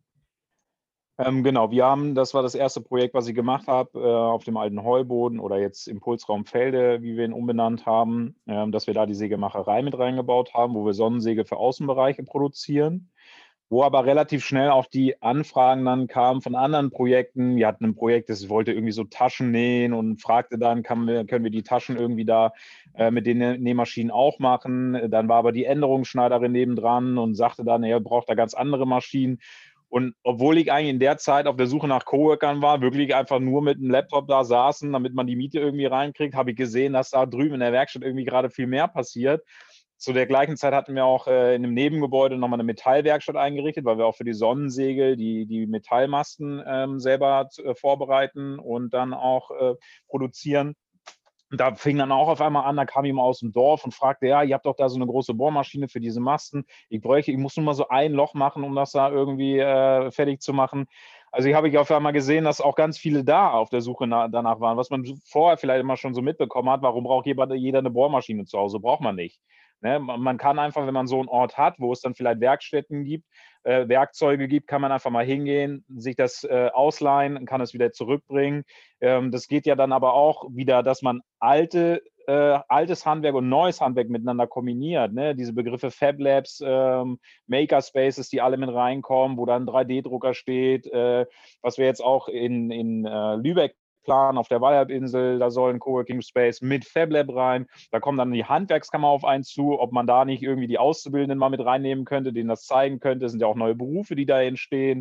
Genau, das war das erste Projekt, was ich gemacht habe, auf dem alten Heuboden oder jetzt Impulsraum Felde, wie wir ihn umbenannt haben, dass wir da die Sägemacherei mit reingebaut haben, wo wir Sonnensäge für Außenbereiche produzieren, wo aber relativ schnell auch die Anfragen dann kamen von anderen Projekten. Wir hatten ein Projekt, das wollte irgendwie so Taschen nähen und fragte dann, können wir die Taschen irgendwie da mit den Nähmaschinen auch machen? Dann war aber die Änderungsschneiderin nebendran und sagte dann, er braucht da ganz andere Maschinen. Und obwohl ich eigentlich in der Zeit auf der Suche nach Coworkern war, wirklich einfach nur mit einem Laptop da saßen, damit man die Miete irgendwie reinkriegt, habe ich gesehen, dass da drüben in der Werkstatt irgendwie gerade viel mehr passiert. Zu der gleichen Zeit hatten wir auch in einem Nebengebäude nochmal eine Metallwerkstatt eingerichtet, weil wir auch für die Sonnensegel die Metallmasten selber vorbereiten und dann auch produzieren. Und da fing dann auch auf einmal an, da kam jemand aus dem Dorf und fragte, ja, ihr habt doch da so eine große Bohrmaschine für diese Masten. Ich muss nur mal so ein Loch machen, um das da irgendwie fertig zu machen. Also habe ich auf einmal gesehen, dass auch ganz viele da auf der Suche danach waren, was man vorher vielleicht immer schon so mitbekommen hat. Warum braucht jeder eine Bohrmaschine zu Hause? Braucht man nicht. Ne? Man kann einfach, wenn man so einen Ort hat, wo es dann vielleicht Werkstätten gibt, Werkzeuge gibt, kann man einfach mal hingehen, sich das ausleihen, kann es wieder zurückbringen. Das geht ja dann aber auch wieder, dass man altes Handwerk und neues Handwerk miteinander kombiniert. Ne? Diese Begriffe Fab Labs, Makerspaces, die alle mit reinkommen, wo dann ein 3D-Drucker steht, was wir jetzt auch in Lübeck planen, auf der Wallhalbinsel, da soll ein Coworking Space mit Fab Lab rein. Da kommt dann die Handwerkskammer auf einen zu, ob man da nicht irgendwie die Auszubildenden mal mit reinnehmen könnte, denen das zeigen könnte. Es sind ja auch neue Berufe, die da entstehen.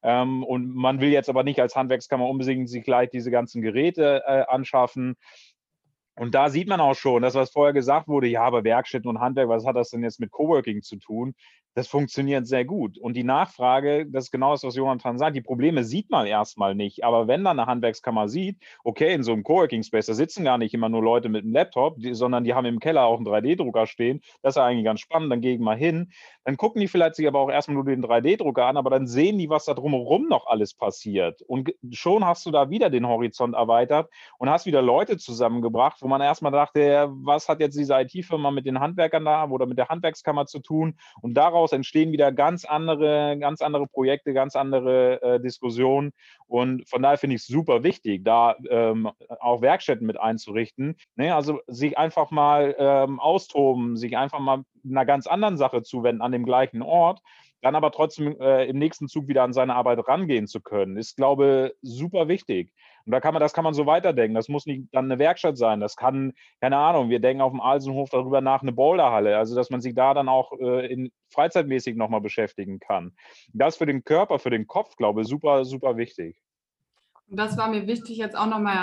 Und man will jetzt aber nicht als Handwerkskammer unbedingt sich gleich diese ganzen Geräte anschaffen. Und da sieht man auch schon, dass was vorher gesagt wurde, ja, aber Werkstätten und Handwerk, was hat das denn jetzt mit Coworking zu tun? Das funktioniert sehr gut. Und die Nachfrage, das ist genau das, was Jonathan sagt, die Probleme sieht man erstmal nicht. Aber wenn dann eine Handwerkskammer sieht, okay, in so einem Coworking Space, da sitzen gar nicht immer nur Leute mit einem Laptop, sondern die haben im Keller auch einen 3D-Drucker stehen, das ist ja eigentlich ganz spannend, dann gehe ich mal hin. Dann gucken die vielleicht sich aber auch erstmal nur den 3D-Drucker an, aber dann sehen die, was da drumherum noch alles passiert. Und schon hast du da wieder den Horizont erweitert und hast wieder Leute zusammengebracht, wo man erstmal dachte, was hat jetzt diese IT-Firma mit den Handwerkern da oder mit der Handwerkskammer zu tun? Und daraus entstehen wieder ganz andere Projekte, ganz andere Diskussionen. Und von daher finde ich es super wichtig, da auch Werkstätten mit einzurichten. Ne? Also sich einfach mal austoben, sich einfach mal einer ganz anderen Sache zuwenden an dem gleichen Ort, dann aber trotzdem im nächsten Zug wieder an seine Arbeit rangehen zu können, ist, glaube ich, super wichtig. Und das kann man so weiterdenken. Das muss nicht dann eine Werkstatt sein. Das kann, keine Ahnung, wir denken auf dem Alsenhof darüber nach, eine Boulderhalle. Also, dass man sich da dann auch freizeitmäßig nochmal beschäftigen kann. Das für den Körper, für den Kopf, glaube ich, super, super wichtig. Und das war mir wichtig, jetzt auch nochmal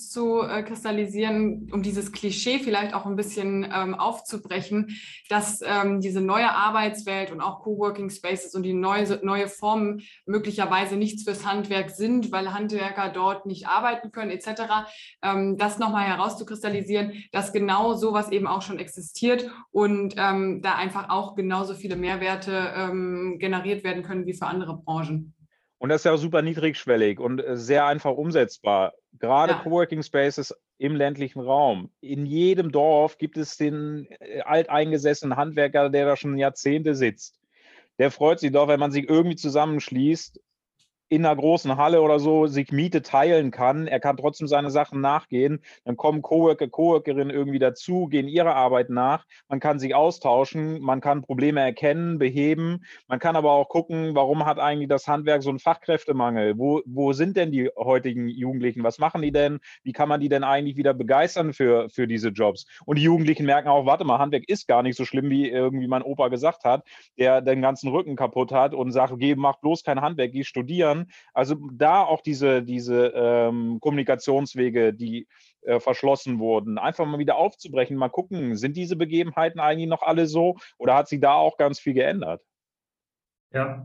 herauszukristallisieren, um dieses Klischee vielleicht auch ein bisschen aufzubrechen, dass diese neue Arbeitswelt und auch Coworking Spaces und die neue Formen möglicherweise nichts fürs Handwerk sind, weil Handwerker dort nicht arbeiten können, etc. Das nochmal herauszukristallisieren, dass genau sowas eben auch schon existiert und da einfach auch genauso viele Mehrwerte generiert werden können wie für andere Branchen. Und das ist ja auch super niedrigschwellig und sehr einfach umsetzbar. Gerade ja. Coworking Spaces im ländlichen Raum. In jedem Dorf gibt es den alteingesessenen Handwerker, der da schon Jahrzehnte sitzt. Der freut sich doch, wenn man sich irgendwie zusammenschließt in einer großen Halle oder so sich Miete teilen kann. Er kann trotzdem seine Sachen nachgehen. Dann kommen Coworker, Coworkerinnen irgendwie dazu, gehen ihrer Arbeit nach. Man kann sich austauschen, man kann Probleme erkennen, beheben. Man kann aber auch gucken, warum hat eigentlich das Handwerk so einen Fachkräftemangel? Wo sind denn die heutigen Jugendlichen? Was machen die denn? Wie kann man die denn eigentlich wieder begeistern für diese Jobs? Und die Jugendlichen merken auch, warte mal, Handwerk ist gar nicht so schlimm, wie irgendwie mein Opa gesagt hat, der den ganzen Rücken kaputt hat und sagt, geh, mach bloß kein Handwerk, geh studieren. Also da auch diese Kommunikationswege, die verschlossen wurden, einfach mal wieder aufzubrechen, mal gucken, sind diese Begebenheiten eigentlich noch alle so oder hat sich da auch ganz viel geändert? Ja,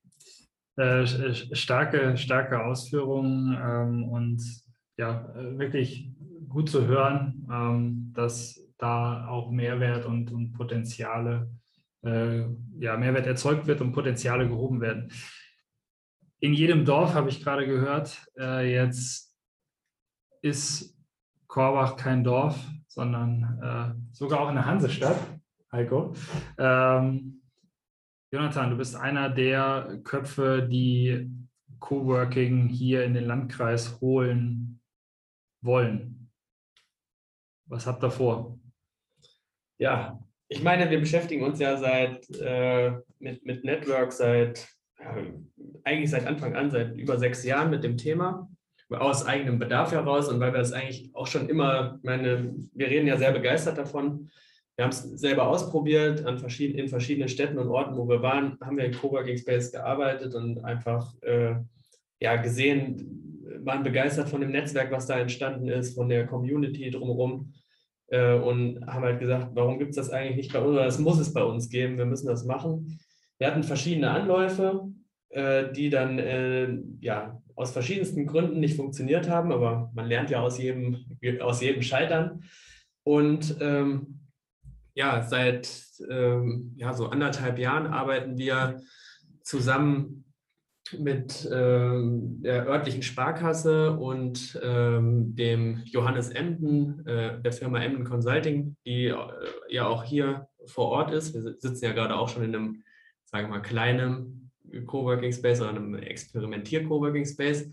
starke Ausführungen und ja, wirklich gut zu hören, dass da auch Mehrwert und Potenziale, Mehrwert erzeugt wird und Potenziale gehoben werden. In jedem Dorf, habe ich gerade gehört, jetzt ist Korbach kein Dorf, sondern sogar auch eine Hansestadt, Heiko. Jonathan, du bist einer der Köpfe, die Coworking hier in den Landkreis holen wollen. Was habt ihr vor? Ja, ich meine, wir beschäftigen uns ja mit Network eigentlich seit Anfang an, seit über 6 Jahren mit dem Thema, aus eigenem Bedarf heraus und weil wir es eigentlich auch schon immer, wir reden ja sehr begeistert davon. Wir haben es selber ausprobiert in verschiedenen Städten und Orten, wo wir waren, haben wir in Coworking Space gearbeitet und einfach gesehen, waren begeistert von dem Netzwerk, was da entstanden ist, von der Community drumherum und haben halt gesagt, warum gibt es das eigentlich nicht bei uns, oder das muss es bei uns geben, wir müssen das machen. Wir hatten verschiedene Anläufe, die dann aus verschiedensten Gründen nicht funktioniert haben, aber man lernt ja aus jedem Scheitern. Und seit so 1,5 Jahren arbeiten wir zusammen mit der örtlichen Sparkasse und dem Johannes Emden, der Firma Emden Consulting, die ja auch hier vor Ort ist. Wir sitzen ja gerade auch schon in einem, sagen wir mal, kleinen Coworking Space oder einem Experimentier-Coworking Space.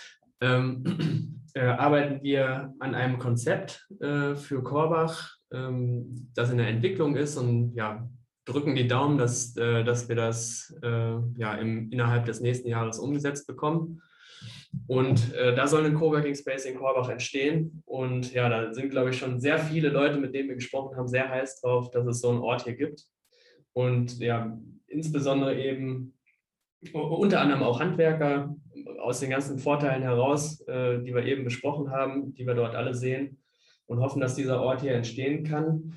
Arbeiten wir an einem Konzept für Korbach, das in der Entwicklung ist und ja, drücken die Daumen, dass wir das innerhalb des nächsten Jahres umgesetzt bekommen. Und da soll ein Coworking Space in Korbach entstehen. Und ja, da sind, glaube ich, schon sehr viele Leute, mit denen wir gesprochen haben, sehr heiß drauf, dass es so einen Ort hier gibt. Und ja, insbesondere eben unter anderem auch Handwerker aus den ganzen Vorteilen heraus, die wir eben besprochen haben, die wir dort alle sehen und hoffen, dass dieser Ort hier entstehen kann.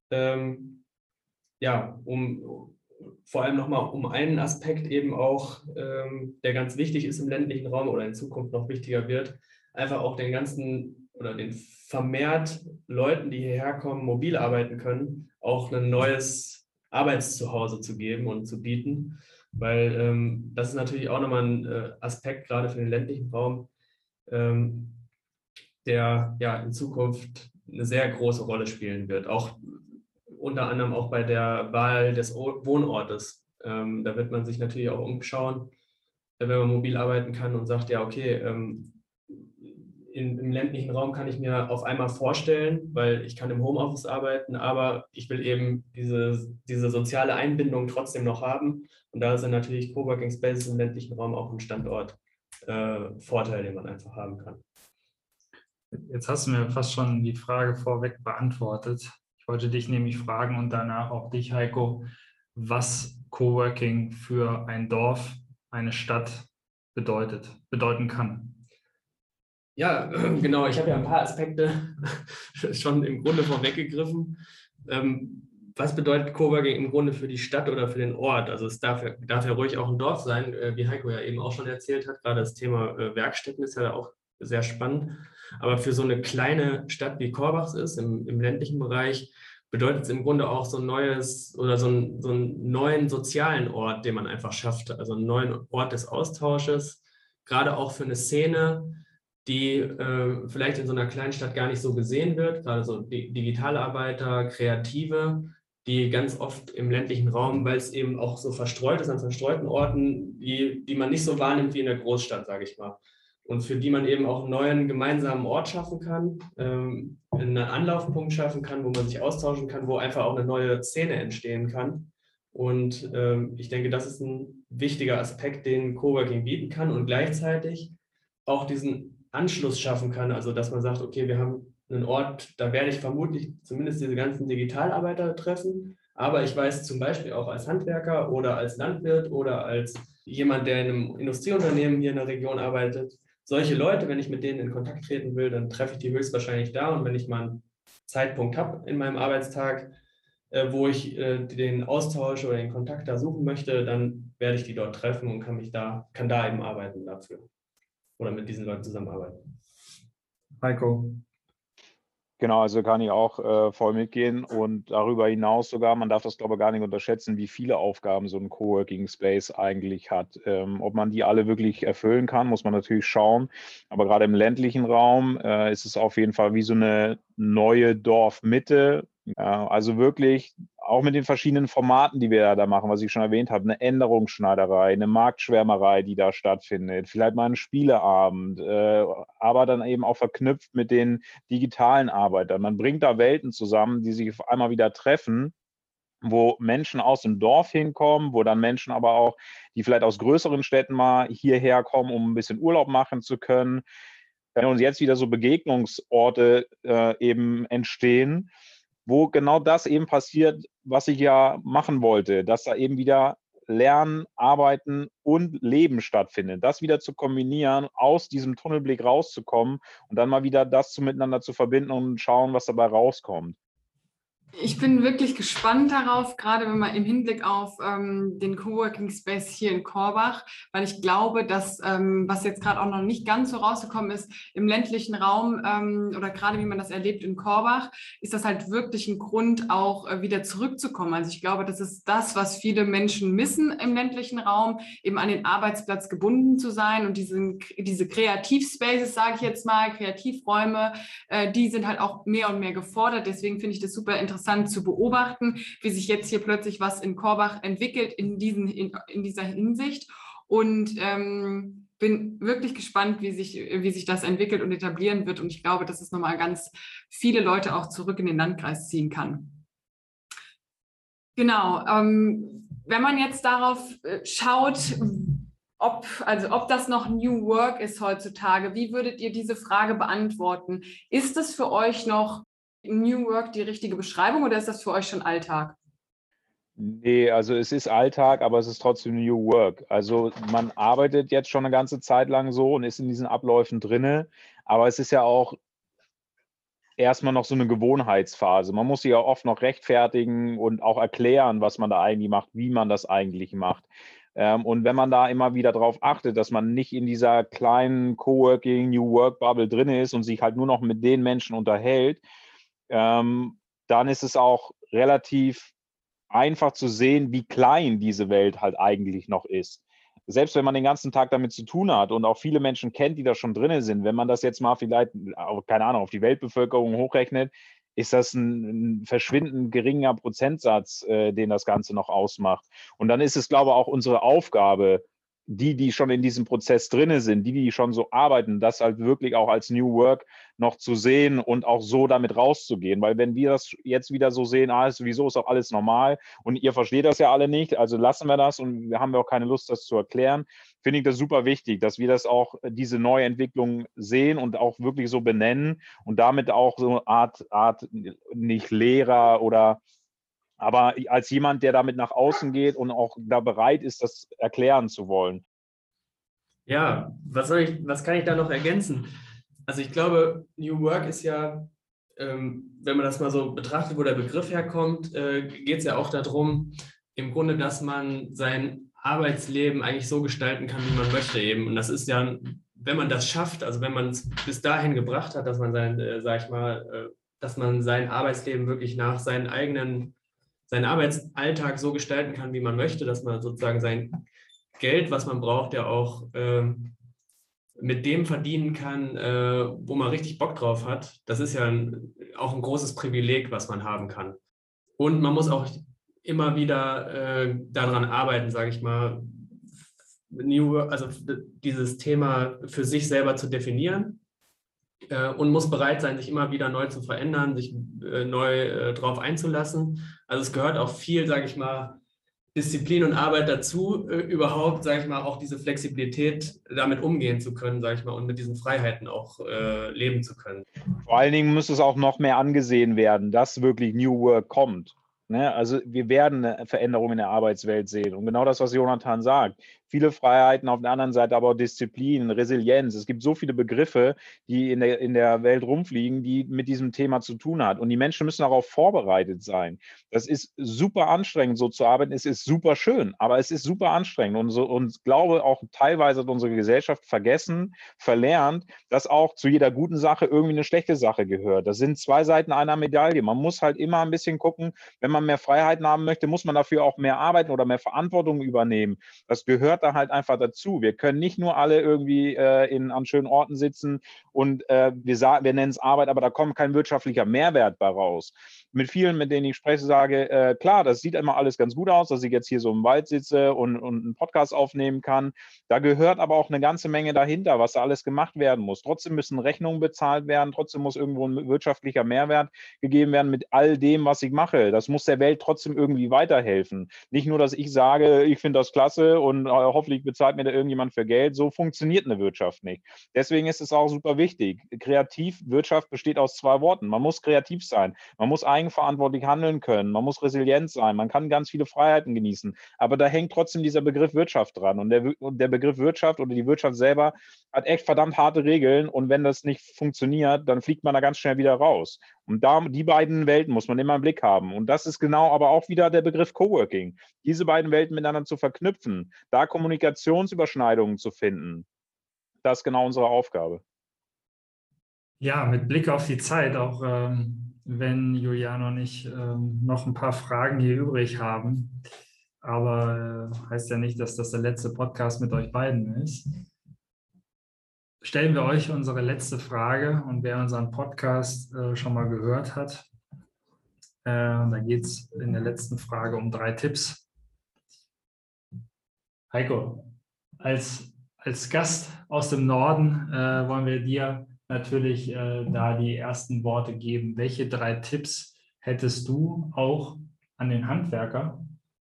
Vor allem nochmal um einen Aspekt eben auch, der ganz wichtig ist im ländlichen Raum oder in Zukunft noch wichtiger wird, einfach auch den vermehrt Leuten, die hierher kommen, mobil arbeiten können, auch ein neues Arbeitszuhause zu geben und zu bieten, weil das ist natürlich auch nochmal ein Aspekt, gerade für den ländlichen Raum, der ja in Zukunft eine sehr große Rolle spielen wird, auch unter anderem auch bei der Wahl des Wohnortes. Da wird man sich natürlich auch umschauen, wenn man mobil arbeiten kann und sagt, ja, okay, im ländlichen Raum kann ich mir auf einmal vorstellen, weil ich kann im Homeoffice arbeiten, aber ich will eben diese soziale Einbindung trotzdem noch haben. Und da sind natürlich Coworking Spaces im ländlichen Raum auch ein Standortvorteil, den man einfach haben kann. Jetzt hast du mir fast schon die Frage vorweg beantwortet. Ich wollte dich nämlich fragen und danach auch dich, Heiko, was Coworking für ein Dorf, eine Stadt bedeuten kann. Ja, genau. Ich habe ja ein paar Aspekte schon im Grunde vorweggegriffen. Was bedeutet Coworking im Grunde für die Stadt oder für den Ort? Also es darf ja ruhig auch ein Dorf sein, wie Heiko ja eben auch schon erzählt hat. Gerade das Thema Werkstätten ist ja auch sehr spannend. Aber für so eine kleine Stadt wie Korbach ist, im ländlichen Bereich, bedeutet es im Grunde auch so ein neues oder so einen neuen sozialen Ort, den man einfach schafft. Also einen neuen Ort des Austausches, gerade auch für eine Szene, die vielleicht in so einer kleinen Stadt gar nicht so gesehen wird, gerade so digitale Arbeiter, Kreative, die ganz oft im ländlichen Raum, weil es eben auch so verstreut ist an verstreuten Orten, die man nicht so wahrnimmt wie in der Großstadt, sage ich mal. Und für die man eben auch einen neuen gemeinsamen Ort schaffen kann, einen Anlaufpunkt schaffen kann, wo man sich austauschen kann, wo einfach auch eine neue Szene entstehen kann. Und ich denke, das ist ein wichtiger Aspekt, den Coworking bieten kann und gleichzeitig auch diesen Anschluss schaffen kann. Also, dass man sagt, okay, wir haben einen Ort, da werde ich vermutlich zumindest diese ganzen Digitalarbeiter treffen. Aber ich weiß zum Beispiel auch als Handwerker oder als Landwirt oder als jemand, der in einem Industrieunternehmen hier in der Region arbeitet, solche Leute, wenn ich mit denen in Kontakt treten will, dann treffe ich die höchstwahrscheinlich da. Und wenn ich mal einen Zeitpunkt habe in meinem Arbeitstag, wo ich den Austausch oder den Kontakt da suchen möchte, dann werde ich die dort treffen und kann da eben arbeiten dafür oder mit diesen Leuten zusammenarbeiten. Heiko. Genau, also kann ich auch voll mitgehen und darüber hinaus sogar, man darf das glaube ich gar nicht unterschätzen, wie viele Aufgaben so ein Coworking Space eigentlich hat. Ob man die alle wirklich erfüllen kann, muss man natürlich schauen, aber gerade im ländlichen Raum ist es auf jeden Fall wie so eine neue Dorfmitte, also wirklich auch mit den verschiedenen Formaten, die wir da machen, was ich schon erwähnt habe, eine Änderungsschneiderei, eine Marktschwärmerei, die da stattfindet, vielleicht mal ein Spieleabend, aber dann eben auch verknüpft mit den digitalen Arbeitern. Man bringt da Welten zusammen, die sich auf einmal wieder treffen, wo Menschen aus dem Dorf hinkommen, wo dann Menschen aber auch, die vielleicht aus größeren Städten mal hierher kommen, um ein bisschen Urlaub machen zu können. Und jetzt wieder so Begegnungsorte eben entstehen, wo genau das eben passiert, was ich ja machen wollte, dass da eben wieder Lernen, Arbeiten und Leben stattfindet. Das wieder zu kombinieren, aus diesem Tunnelblick rauszukommen und dann mal wieder das miteinander zu verbinden und schauen, was dabei rauskommt. Ich bin wirklich gespannt darauf, gerade wenn man im Hinblick auf den Coworking Space hier in Korbach, weil ich glaube, dass, was jetzt gerade auch noch nicht ganz so rausgekommen ist, im ländlichen Raum oder gerade wie man das erlebt in Korbach, ist das halt wirklich ein Grund, auch wieder zurückzukommen. Also ich glaube, das ist das, was viele Menschen missen im ländlichen Raum, eben an den Arbeitsplatz gebunden zu sein und diese Kreativspaces, sage ich jetzt mal, Kreativräume, die sind halt auch mehr und mehr gefordert. Deswegen finde ich das super interessant zu beobachten, wie sich jetzt hier plötzlich was in Korbach entwickelt in dieser Hinsicht. Und bin wirklich gespannt, wie sich das entwickelt und etablieren wird. Und ich glaube, dass es nochmal ganz viele Leute auch zurück in den Landkreis ziehen kann. Genau. Wenn man jetzt darauf schaut, ob das noch New Work ist heutzutage, wie würdet ihr diese Frage beantworten? Ist es für euch noch New Work die richtige Beschreibung oder ist das für euch schon Alltag? Nee, also es ist Alltag, aber es ist trotzdem New Work. Also man arbeitet jetzt schon eine ganze Zeit lang so und ist in diesen Abläufen drinne, aber es ist ja auch erstmal noch so eine Gewohnheitsphase. Man muss sich ja oft noch rechtfertigen und auch erklären, was man da eigentlich macht, wie man das eigentlich macht. Und wenn man da immer wieder darauf achtet, dass man nicht in dieser kleinen Coworking, New Work Bubble drin ist und sich halt nur noch mit den Menschen unterhält, dann ist es auch relativ einfach zu sehen, wie klein diese Welt halt eigentlich noch ist. Selbst wenn man den ganzen Tag damit zu tun hat und auch viele Menschen kennt, die da schon drin sind, wenn man das jetzt mal vielleicht, keine Ahnung, auf die Weltbevölkerung hochrechnet, ist das ein verschwindend geringer Prozentsatz, den das Ganze noch ausmacht. Und dann ist es, glaube ich, auch unsere Aufgabe, die schon in diesem Prozess drin sind, die schon so arbeiten, das halt wirklich auch als New Work noch zu sehen und auch so damit rauszugehen. Weil wenn wir das jetzt wieder so sehen, sowieso ist auch alles normal und ihr versteht das ja alle nicht, also lassen wir das und wir haben auch keine Lust, das zu erklären, finde ich das super wichtig, dass wir das auch, diese neue Entwicklung sehen und auch wirklich so benennen und damit auch so eine Art nicht Lehrer oder aber als jemand, der damit nach außen geht und auch da bereit ist, das erklären zu wollen. Ja, was kann ich da noch ergänzen? Also ich glaube, New Work ist ja, wenn man das mal so betrachtet, wo der Begriff herkommt, geht es ja auch darum, im Grunde, dass man sein Arbeitsleben eigentlich so gestalten kann, wie man möchte eben. Und das ist ja, wenn man das schafft, also wenn man es bis dahin gebracht hat, dass man dass man sein Arbeitsleben wirklich nach seinen Arbeitsalltag so gestalten kann, wie man möchte, dass man sozusagen sein Geld, was man braucht, ja auch mit dem verdienen kann, wo man richtig Bock drauf hat. Das ist ja auch ein großes Privileg, was man haben kann. Und man muss auch immer wieder daran arbeiten, sage ich mal, also dieses Thema für sich selber zu definieren und muss bereit sein, sich immer wieder neu zu verändern, sich neu drauf einzulassen. Also es gehört auch viel, sage ich mal, Disziplin und Arbeit dazu, überhaupt, sage ich mal, auch diese Flexibilität damit umgehen zu können, sage ich mal, und mit diesen Freiheiten auch leben zu können. Vor allen Dingen muss es auch noch mehr angesehen werden, dass wirklich New Work kommt. Ne? Also wir werden eine Veränderung in der Arbeitswelt sehen. Und genau das, was Jonathan sagt. Viele Freiheiten, auf der anderen Seite aber auch Disziplin, Resilienz. Es gibt so viele Begriffe, die in der Welt rumfliegen, die mit diesem Thema zu tun hat. Und die Menschen müssen darauf vorbereitet sein. Das ist super anstrengend, so zu arbeiten. Es ist super schön, aber es ist super anstrengend. Und ich glaube, auch teilweise hat unsere Gesellschaft verlernt, dass auch zu jeder guten Sache irgendwie eine schlechte Sache gehört. Das sind zwei Seiten einer Medaille. Man muss halt immer ein bisschen gucken, wenn man mehr Freiheiten haben möchte, muss man dafür auch mehr arbeiten oder mehr Verantwortung übernehmen. Das gehört da halt einfach dazu. Wir können nicht nur alle irgendwie an schönen Orten sitzen und wir nennen es Arbeit, aber da kommt kein wirtschaftlicher Mehrwert bei raus. Mit vielen, mit denen ich spreche, sage, klar, das sieht immer alles ganz gut aus, dass ich jetzt hier so im Wald sitze und einen Podcast aufnehmen kann. Da gehört aber auch eine ganze Menge dahinter, was da alles gemacht werden muss. Trotzdem müssen Rechnungen bezahlt werden, trotzdem muss irgendwo ein wirtschaftlicher Mehrwert gegeben werden mit all dem, was ich mache. Das muss der Welt trotzdem irgendwie weiterhelfen. Nicht nur, dass ich sage, ich finde das klasse und hoffentlich bezahlt mir da irgendjemand für Geld. So funktioniert eine Wirtschaft nicht. Deswegen ist es auch super wichtig. Wirtschaft besteht aus zwei Worten. Man muss kreativ sein. Man muss eigenverantwortlich handeln können. Man muss resilient sein. Man kann ganz viele Freiheiten genießen. Aber da hängt trotzdem dieser Begriff Wirtschaft dran. Und der Begriff Wirtschaft oder die Wirtschaft selber hat echt verdammt harte Regeln. Und wenn das nicht funktioniert, dann fliegt man da ganz schnell wieder raus. Und die beiden Welten muss man immer im Blick haben. Und das ist genau aber auch wieder der Begriff Coworking. Diese beiden Welten miteinander zu verknüpfen, da Kommunikationsüberschneidungen zu finden, das ist genau unsere Aufgabe. Ja, mit Blick auf die Zeit, auch wenn Juliane und ich noch ein paar Fragen hier übrig haben. Aber heißt ja nicht, dass das der letzte Podcast mit euch beiden ist. Stellen wir euch unsere letzte Frage, und wer unseren Podcast schon mal gehört hat, da geht es in der letzten Frage um 3 Tipps. Heiko, als Gast aus dem Norden wollen wir dir natürlich da die ersten Worte geben. Welche 3 Tipps hättest du auch an den Handwerker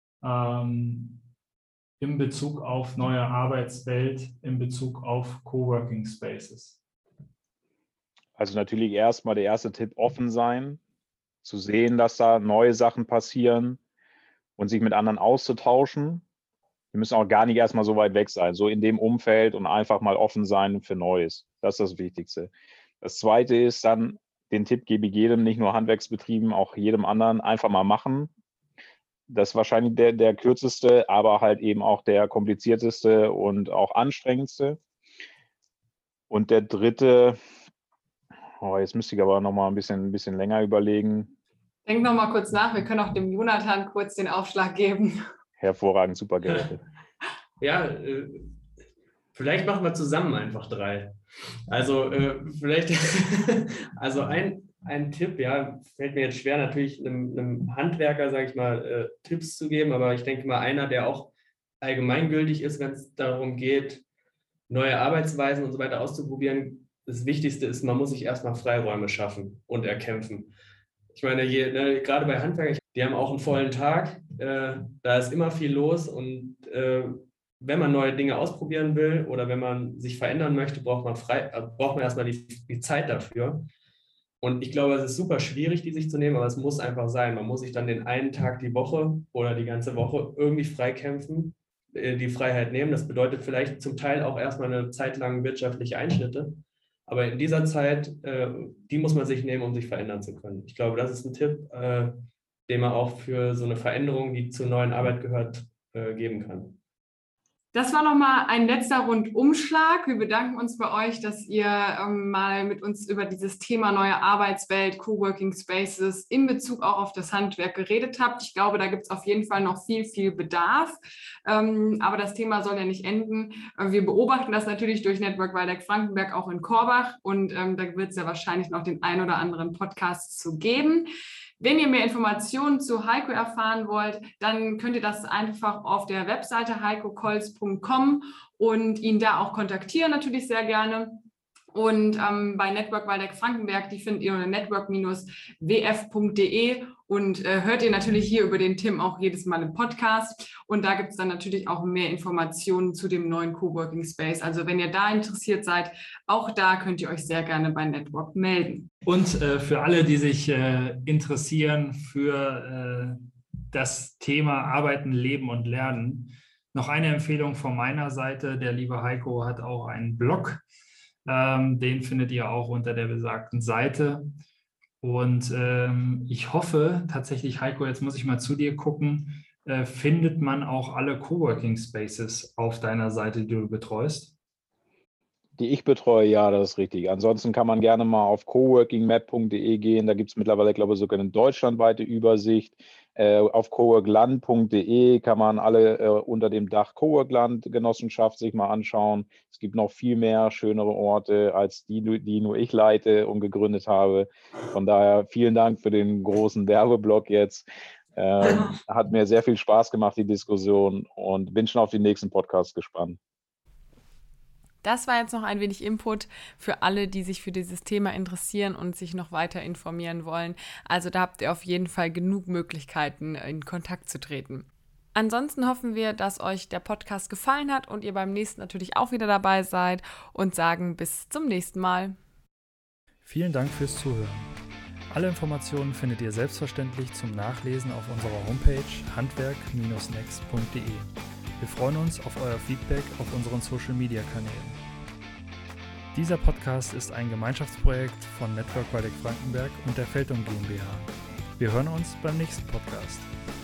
in Bezug auf neue Arbeitswelt, in Bezug auf Coworking Spaces? Also natürlich erstmal der erste Tipp, offen sein, zu sehen, dass da neue Sachen passieren und sich mit anderen auszutauschen. Wir müssen auch gar nicht erstmal so weit weg sein, so in dem Umfeld, und einfach mal offen sein für Neues. Das ist das Wichtigste. Das Zweite ist dann, den Tipp gebe ich jedem, nicht nur Handwerksbetrieben, auch jedem anderen, einfach mal machen. Das ist wahrscheinlich der kürzeste, aber halt eben auch der komplizierteste und auch anstrengendste. Und der dritte, jetzt müsste ich aber noch mal ein bisschen länger überlegen. Denk noch mal kurz nach, wir können auch dem Jonathan kurz den Aufschlag geben. Hervorragend, super gerettet. Ja, vielleicht machen wir zusammen einfach 3. Also vielleicht, also ein Tipp, ja, fällt mir jetzt schwer, natürlich einem Handwerker, sage ich mal, Tipps zu geben, aber ich denke mal, einer, der auch allgemeingültig ist, wenn es darum geht, neue Arbeitsweisen und so weiter auszuprobieren. Das Wichtigste ist, man muss sich erstmal Freiräume schaffen und erkämpfen. Ich meine, gerade bei Handwerkern, die haben auch einen vollen Tag, da ist immer viel los, und wenn man neue Dinge ausprobieren will oder wenn man sich verändern möchte, braucht man erstmal die Zeit dafür. Und ich glaube, es ist super schwierig, die sich zu nehmen, aber es muss einfach sein. Man muss sich dann den einen Tag die Woche oder die ganze Woche irgendwie freikämpfen, die Freiheit nehmen. Das bedeutet vielleicht zum Teil auch erstmal eine Zeit lang wirtschaftliche Einschnitte. Aber in dieser Zeit, die muss man sich nehmen, um sich verändern zu können. Ich glaube, das ist ein Tipp, den man auch für so eine Veränderung, die zur neuen Arbeit gehört, geben kann. Das war nochmal ein letzter Rundumschlag. Wir bedanken uns bei euch, dass ihr mal mit uns über dieses Thema neue Arbeitswelt, Coworking Spaces in Bezug auch auf das Handwerk geredet habt. Ich glaube, da gibt es auf jeden Fall noch viel Bedarf. Aber das Thema soll ja nicht enden. Wir beobachten das natürlich durch Network Waldeck Frankenberg auch in Korbach, und da wird es ja wahrscheinlich noch den ein oder anderen Podcast zu geben. Wenn ihr mehr Informationen zu Heiko erfahren wollt, dann könnt ihr das einfach auf der Webseite heikokolz.com und ihn da auch kontaktieren, natürlich sehr gerne. Und bei Network Waldeck Frankenberg, die findet ihr unter network-wf.de und hört ihr natürlich hier über den Tim auch jedes Mal im Podcast. Und da gibt es dann natürlich auch mehr Informationen zu dem neuen Coworking Space. Also wenn ihr da interessiert seid, auch da könnt ihr euch sehr gerne bei Network melden. Und für alle, die sich interessieren für das Thema Arbeiten, Leben und Lernen, noch eine Empfehlung von meiner Seite. Der liebe Heiko hat auch einen Blog. Den findet ihr auch unter der besagten Seite. Und ich hoffe tatsächlich, Heiko, jetzt muss ich mal zu dir gucken, findet man auch alle Coworking Spaces auf deiner Seite, die du betreust? Die ich betreue, ja, das ist richtig. Ansonsten kann man gerne mal auf coworkingmap.de gehen. Da gibt es mittlerweile, glaube ich, sogar eine deutschlandweite Übersicht. Auf coworkland.de kann man alle unter dem Dach Coworkland-Genossenschaft sich mal anschauen. Es gibt noch viel mehr schönere Orte, als die nur ich leite und gegründet habe. Von daher vielen Dank für den großen Werbeblock jetzt. Hat mir sehr viel Spaß gemacht, die Diskussion, und bin schon auf den nächsten Podcast gespannt. Das war jetzt noch ein wenig Input für alle, die sich für dieses Thema interessieren und sich noch weiter informieren wollen. Also da habt ihr auf jeden Fall genug Möglichkeiten, in Kontakt zu treten. Ansonsten hoffen wir, dass euch der Podcast gefallen hat und ihr beim nächsten natürlich auch wieder dabei seid und sagen bis zum nächsten Mal. Vielen Dank fürs Zuhören. Alle Informationen findet ihr selbstverständlich zum Nachlesen auf unserer Homepage handwerk-next.de. Wir freuen uns auf euer Feedback auf unseren Social-Media-Kanälen. Dieser Podcast ist ein Gemeinschaftsprojekt von Network Waldeck Frankenberg und der Feldung GmbH. Wir hören uns beim nächsten Podcast.